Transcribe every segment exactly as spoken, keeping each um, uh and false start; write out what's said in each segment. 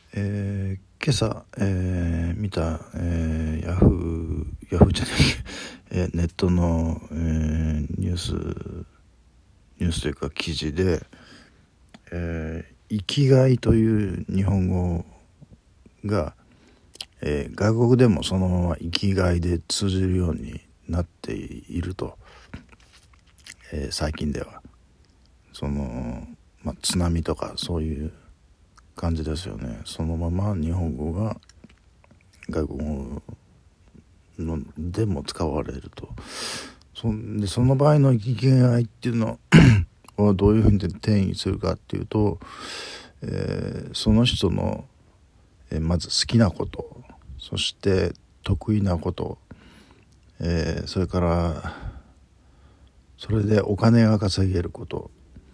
えー、今朝、えー、見た、えー、ヤフーヤフーじゃない、えー、ネットの、えー、ニュースニュースというか記事で、えー、生きがいという日本語が、えー、外国でもそのまま生きがいで通じるようになっていると、えー、最近ではその、まあ、津波とかそういう感じですよね。そのまま日本語が外国語のでも使われると。そでその場合の生きがいっていうのをどういうふうに定義するかっていうと、えー、その人の、えー、まず好きなこと、そして得意なこと、えー、それからそれでお金が稼げること、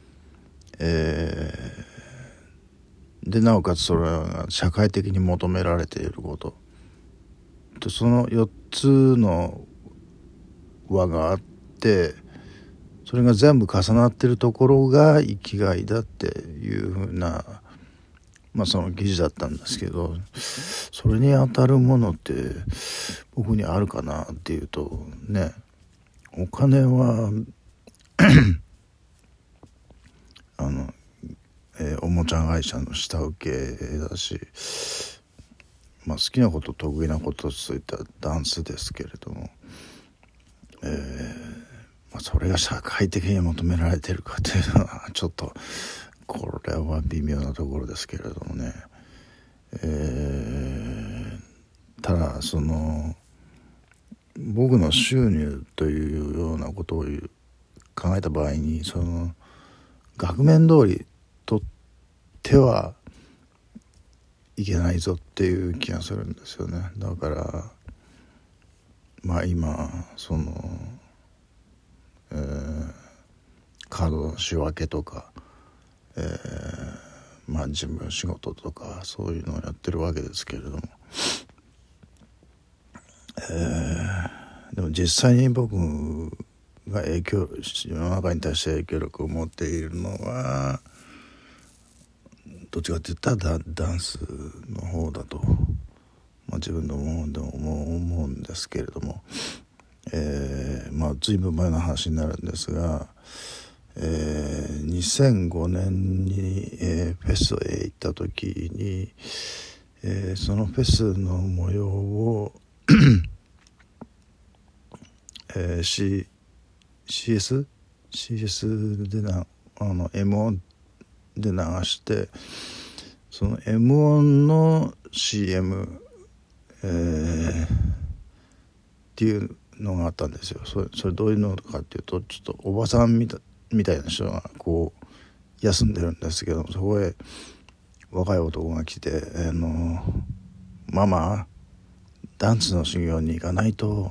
えー、でなおかつそれが社会的に求められていることで、そのよっつの輪があって、それが全部重なってるところが生きがいだっていうふうな、まあその記事だったんですけど、それに当たるものって僕にあるかなっていうとね、お金はあの、えー、おもちゃ会社の下請けだし、まあ好きなこと得意なことといったダンスですけれども、えーまあ、それが社会的に求められているかというのはちょっとこれは微妙なところですけれどもね、えー、ただその僕の収入というようなことを考えた場合に、その額面通り取ってはいけないぞっていう気がするんですよね。だからまあ今その、えー、カードの仕分けとか、えー、まあ事務仕事とかそういうのをやってるわけですけれども、えー、でも実際に僕が影響世の中に対して影響力を持っているのはどっちかって言ったら ダ, ダンスの方だと、まあ、自分の思うでも思うんですけれども、えー、まあ随分前の話になるんですが、えー、にせんごねんに、えー、フェスへ行った時に、えー、そのフェスの模様を、えー、C、シーエス? シーエス でなあの エムワン で流して、その エムワン の シーエム、えー、っていうのがあったんですよ。それ、それどういうのかっていうと、ちょっとおばさんみたいみたいな人がこう休んでるんですけど、そこへ若い男が来て、あのママダンスの授業に行かないと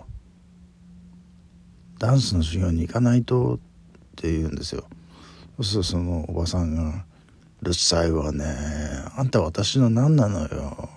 ダンスの授業に行かないとって言うんですよ。そうするとそのおばさんが、うるさいわね、あんた私の何なのよ、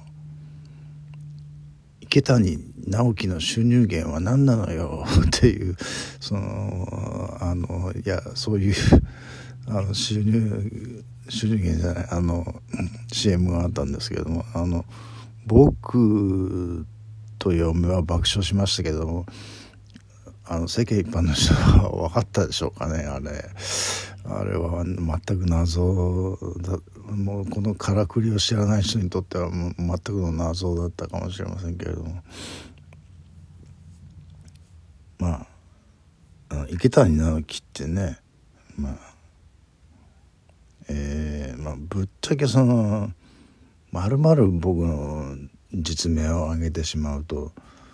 池谷直樹の収入源は何なのよっていう、そのあのいやそういうあの収入収入源じゃないあの シーエム があったんですけれども、あの僕と嫁は爆笑しましたけれども、あの世間一般の人は分かったでしょうかね。あれあれは全く謎だ。もうこのからくりを知らない人にとってはもう全くの謎だったかもしれませんけれども、まあ、あの池谷直樹ってね、まあえー、まあぶっちゃけそのまるまる僕の実名を挙げてしまうと、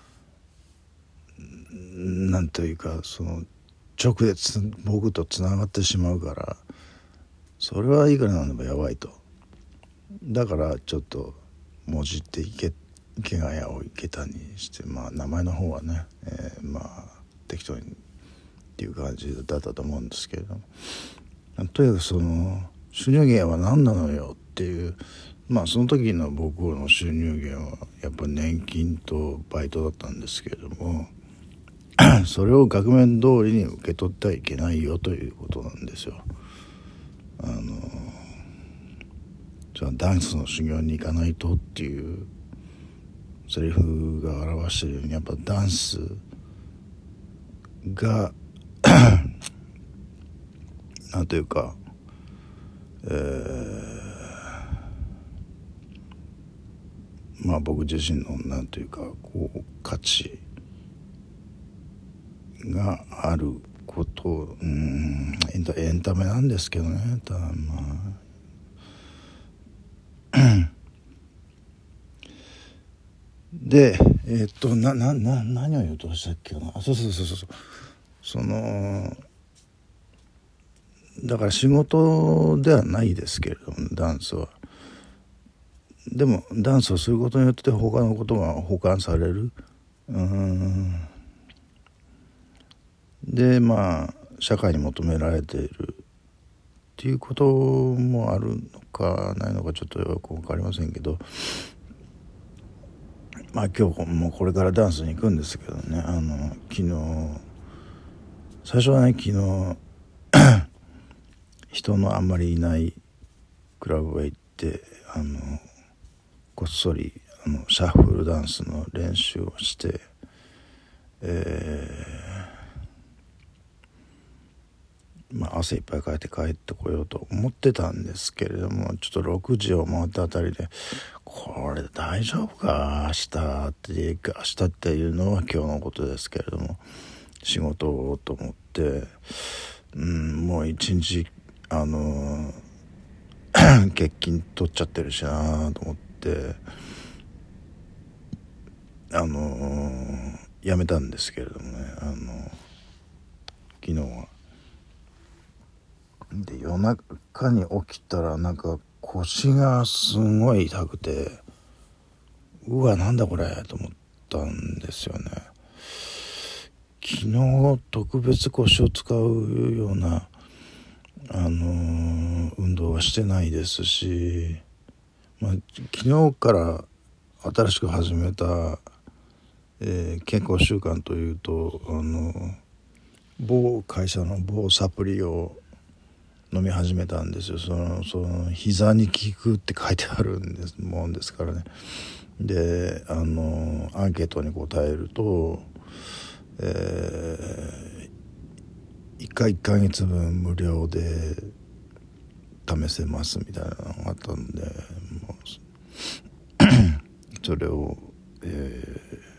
なんというかその直でつ僕とつながってしまうから、それはいくらなんでもやばいと。だからちょっともじって池池谷を池谷にして、まあ名前の方はね、えー、まあ適当にっていう感じだったと思うんですけれども、とにかくその収入源は何なのよっていう、まあその時の僕の収入源はやっぱ年金とバイトだったんですけれどもそれを額面通りに受け取ってはいけないよということなんですよ。あのじゃあダンスの修行に行かないとっていうセリフが表しているように、やっぱダンスがなんというか、えー、まあ僕自身のなんというかこう価値があること、うん、エンタ、エンタメなんですけどね。ただまあでえー、っとななな何を言おうとしたっけな。あ、そうそうそうそう、そのだから仕事ではないですけれども、ダンスは。でもダンスをすることによって他のことが補完される。うーんでまあ社会に求められているっていうこともあるのかないのかちょっとよく分かりませんけど、まあ今日もこれからダンスに行くんですけどね、あの昨日最初はね昨日人のあんまりいないクラブへ行って、あのこっそりあのシャッフルダンスの練習をして、えーまあ、汗いっぱいかいて帰ってこようと思ってたんですけれども、ちょっとろくじを回ったあたりでこれ大丈夫か明日って明日っていうのは今日のことですけれども、仕事をと思って、うん、もう一日あの欠勤取っちゃってるしなと思ってあのやめたんですけれどもね、あの昨日は。で夜中に起きたらなんか腰がすごい痛くて、うわなんだこれと思ったんですよね。昨日特別腰を使うようなあのー、運動はしてないですし、まあ、昨日から新しく始めた、えー、健康習慣というと、あの某会社の某サプリを飲み始めたんですよ。そのその膝に効くって書いてあるんですもんですからね。であのアンケートに答えると、えー、いっかいいっかげつぶん無料で試せますみたいなのがあったんで、もうそれを、え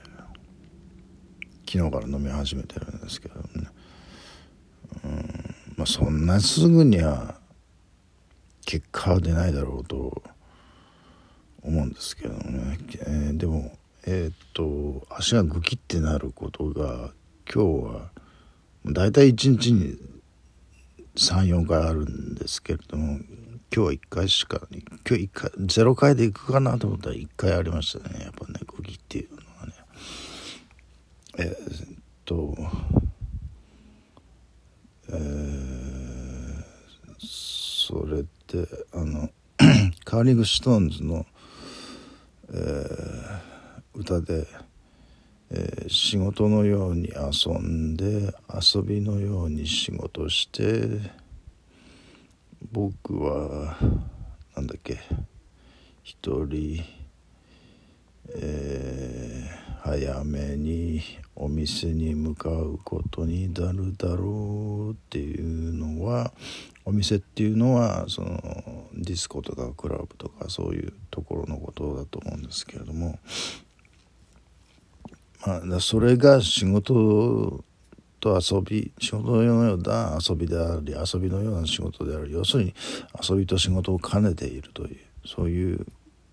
ー、昨日から飲み始めてるんですけどね。うんまあ、そんなすぐには結果は出ないだろうと思うんですけどね、えー、でもえー、っと足がグキってなることが今日はだいたいいちにちに さん,よん 回あるんですけれども、今日はいっかいしか今日いっかいゼロかいで行くかなと思ったらいっかいありましたね。やっぱねグキっていうのはね、えー、っとえー、それってあのカーリングストーンズの、えー、歌で、えー、仕事のように遊んで遊びのように仕事して僕はなんだっけ一人、えー、早めにお店に向かうことになるだろうっていうのは、お店っていうのはそのディスコとかクラブとかそういうところのことだと思うんですけれども、まあ、それが仕事と遊び、仕事のような遊びであり遊びのような仕事である、要するに遊びと仕事を兼ねているという、そういう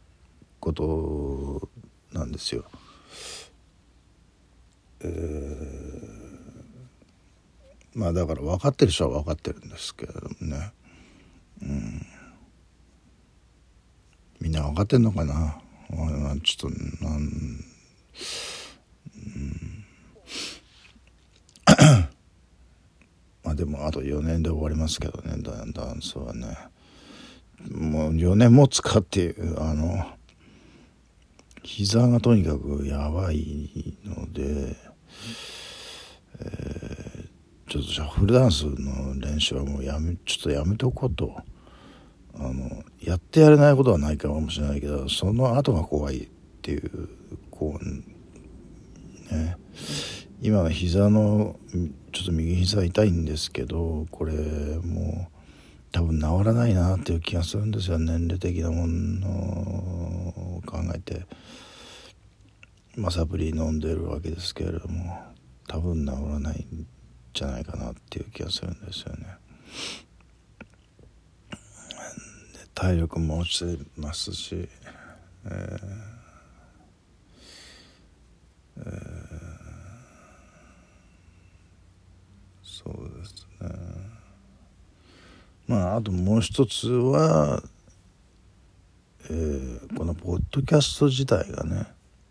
ことなんですよ。えー、まあだから分かってる人は分かってるんですけれどもね、うん、みんな分かってんのかな。ちょっとなん、うんまあでもあとよねんで終わりますけどね、ダンスはね。もうよねん持つかっていうあの膝がとにかくやばいので、えー、ちょっとシャッフルダンスの練習はもうやめちょっとやめておこうとあのやってやれないことはないかもしれないけど、その後が怖いっていう、こうね、今膝のちょっと右膝痛いんですけど、これもう多分治らないなっていう気がするんですよ。年齢的なものを考えて、まあ、サプリ飲んでるわけですけれども、多分治らないんじゃないかなっていう気がするんですよね。体力も落ちてますし、えーえー、そうですね。まああともう一つは、えー、このポッドキャスト自体がね、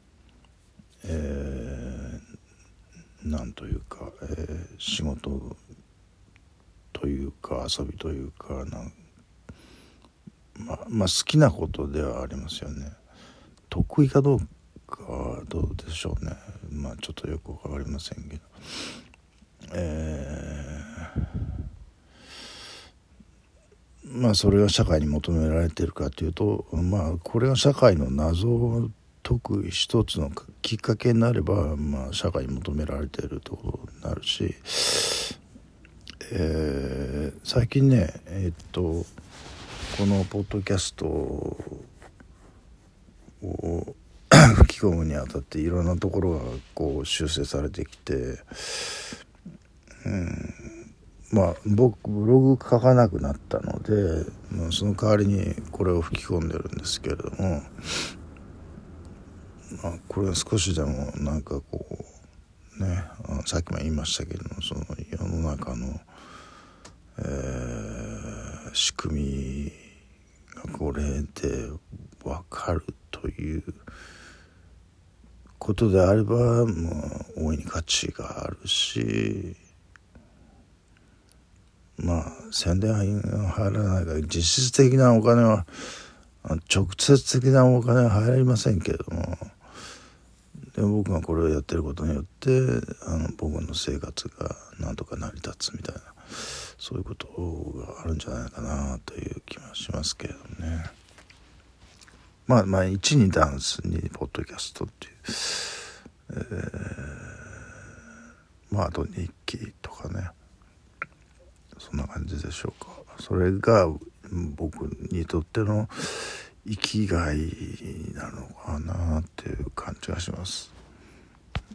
えー、なんというか、えー、仕事というか遊びというかなんまあ、まあ好きなことではありますよね。得意かどうかはどうでしょうね。まあちょっとよくわかりませんけど、えー、まあそれが社会に求められているかというと、まあこれが社会の謎を解く一つのきっかけになれば、まあ社会に求められているところになるし、えー、最近ねえー、っとこのポッドキャストを吹き込むにあたっていろんなところがこう修正されてきて、うん、まあ僕ブログ書かなくなったので、まあ、その代わりにこれを吹き込んでるんですけれども、まあ、これは少しでもなんかこうね、さっきも言いましたけども、その世の中の、えー、仕組みがこれで分かるということであれば、まあ、大いに価値があるし、まあ宣伝は入らないから実質的なお金は直接的なお金は入りませんけれども、で僕がこれをやってることによってあの僕の生活がなんとか成り立つみたいな、そういうことがあるんじゃないかなという気もしますけれどもね。まあまあ一にダンスにポッドキャストっていう、えー、まああと日記とかね、そんな感じでしょうか。それが僕にとっての生きがいなのかなっていう感じがします。